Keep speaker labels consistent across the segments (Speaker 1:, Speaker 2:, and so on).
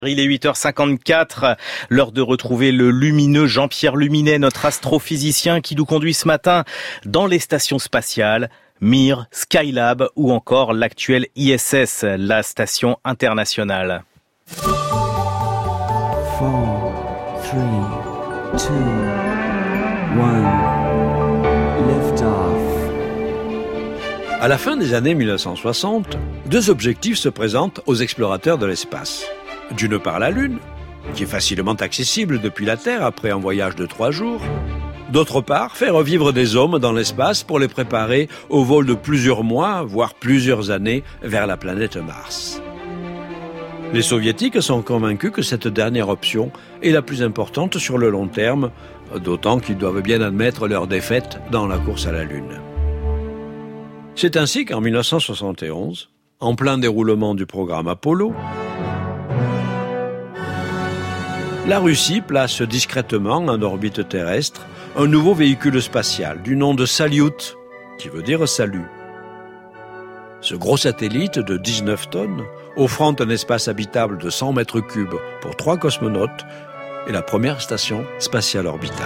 Speaker 1: Il est 8h54, l'heure de retrouver le lumineux Jean-Pierre Luminet, notre astrophysicien qui nous conduit ce matin dans les stations spatiales, Mir, Skylab ou encore l'actuelle ISS, la station internationale.
Speaker 2: 4, 3, 2, 1, lift off.
Speaker 3: À la fin des années 1960, deux objectifs se présentent aux explorateurs de l'espace. D'une part la Lune, qui est facilement accessible depuis la Terre après un voyage de 3 jours. D'autre part, faire revivre des hommes dans l'espace pour les préparer au vol de plusieurs mois, voire plusieurs années, vers la planète Mars. Les Soviétiques sont convaincus que cette dernière option est la plus importante sur le long terme, d'autant qu'ils doivent bien admettre leur défaite dans la course à la Lune. C'est ainsi qu'en 1971, en plein déroulement du programme Apollo, la Russie place discrètement en orbite terrestre un nouveau véhicule spatial du nom de Salyut, qui veut dire salut. Ce gros satellite de 19 tonnes, offrant un espace habitable de 100 mètres cubes pour 3 cosmonautes, est la première station spatiale orbitale.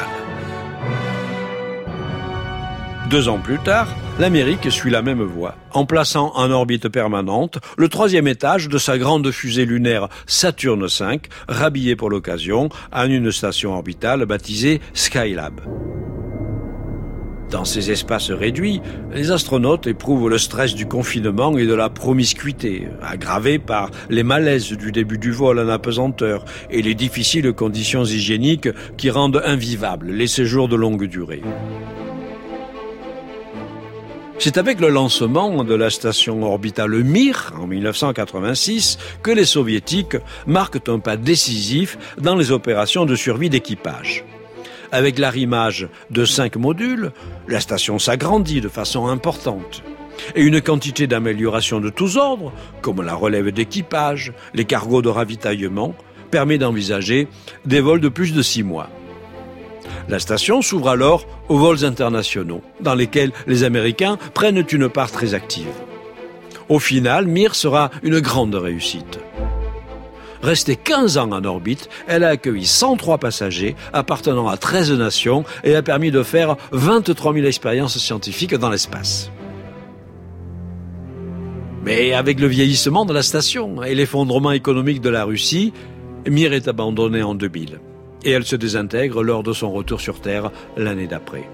Speaker 3: 2 ans plus tard, l'Amérique suit la même voie, en plaçant en orbite permanente le 3e étage de sa grande fusée lunaire Saturne V, rhabillée pour l'occasion en une station orbitale baptisée Skylab. Dans ces espaces réduits, les astronautes éprouvent le stress du confinement et de la promiscuité, aggravé par les malaises du début du vol en apesanteur et les difficiles conditions hygiéniques qui rendent invivables les séjours de longue durée. C'est avec le lancement de la station orbitale Mir en 1986 que les Soviétiques marquent un pas décisif dans les opérations de survie d'équipage. Avec l'arrimage de 5 modules, la station s'agrandit de façon importante. Et une quantité d'améliorations de tous ordres, comme la relève d'équipage, les cargos de ravitaillement, permet d'envisager des vols de plus de 6 mois. La station s'ouvre alors aux vols internationaux, dans lesquels les Américains prennent une part très active. Au final, Mir sera une grande réussite. Restée 15 ans en orbite, elle a accueilli 103 passagers appartenant à 13 nations et a permis de faire 23 000 expériences scientifiques dans l'espace. Mais avec le vieillissement de la station et l'effondrement économique de la Russie, Mir est abandonnée en 2000. Et elle se désintègre lors de son retour sur Terre l'année d'après.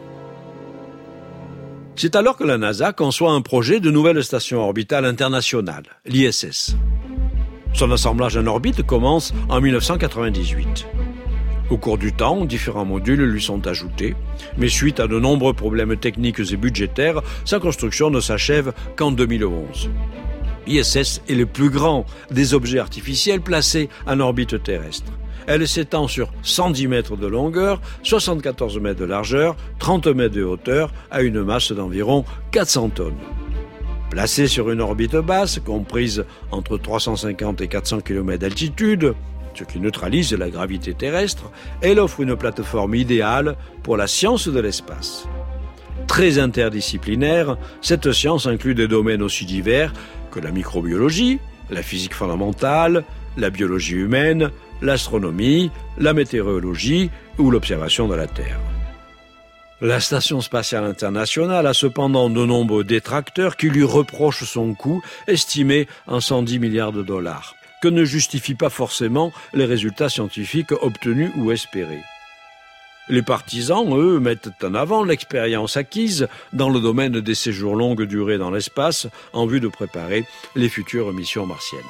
Speaker 3: C'est alors que la NASA conçoit un projet de nouvelle station orbitale internationale, l'ISS. Son assemblage en orbite commence en 1998. Au cours du temps, différents modules lui sont ajoutés, mais suite à de nombreux problèmes techniques et budgétaires, sa construction ne s'achève qu'en 2011. L'ISS est le plus grand des objets artificiels placés en orbite terrestre. Elle s'étend sur 110 mètres de longueur, 74 mètres de largeur, 30 mètres de hauteur, à une masse d'environ 400 tonnes. Placée sur une orbite basse, comprise entre 350 et 400 km d'altitude, ce qui neutralise la gravité terrestre, elle offre une plateforme idéale pour la science de l'espace. Très interdisciplinaire, cette science inclut des domaines aussi divers que la microbiologie, la physique fondamentale, la biologie humaine, l'astronomie, la météorologie ou l'observation de la Terre. La Station spatiale internationale a cependant de nombreux détracteurs qui lui reprochent son coût, estimé en 110 milliards de dollars, que ne justifient pas forcément les résultats scientifiques obtenus ou espérés. Les partisans, eux, mettent en avant l'expérience acquise dans le domaine des séjours longue durée dans l'espace en vue de préparer les futures missions martiennes.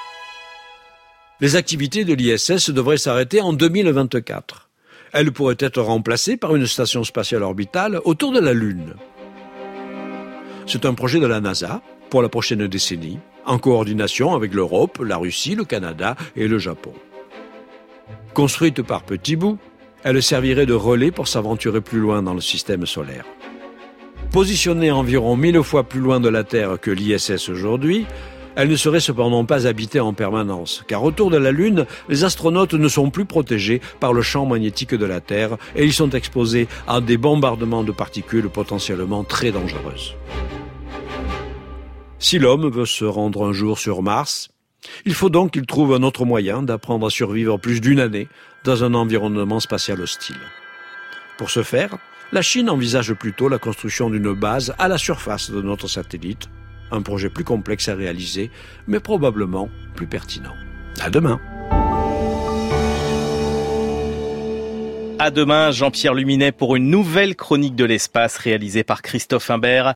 Speaker 3: Les activités de l'ISS devraient s'arrêter en 2024. Elle pourrait être remplacée par une station spatiale orbitale autour de la Lune. C'est un projet de la NASA pour la prochaine décennie, en coordination avec l'Europe, la Russie, le Canada et le Japon. Construite par petits bouts, elle servirait de relais pour s'aventurer plus loin dans le système solaire. Positionnée environ 1000 fois plus loin de la Terre que l'ISS aujourd'hui, elle ne serait cependant pas habitée en permanence, car autour de la Lune, les astronautes ne sont plus protégés par le champ magnétique de la Terre et ils sont exposés à des bombardements de particules potentiellement très dangereuses. Si l'homme veut se rendre un jour sur Mars, Il faut donc qu'il trouve un autre moyen d'apprendre à survivre plus d'une année dans un environnement spatial hostile. Pour ce faire, la Chine envisage plutôt la construction d'une base à la surface de notre satellite, un projet plus complexe à réaliser, mais probablement plus pertinent. À demain.
Speaker 1: À demain, Jean-Pierre Luminet pour une nouvelle chronique de l'espace réalisée par Christophe Imbert.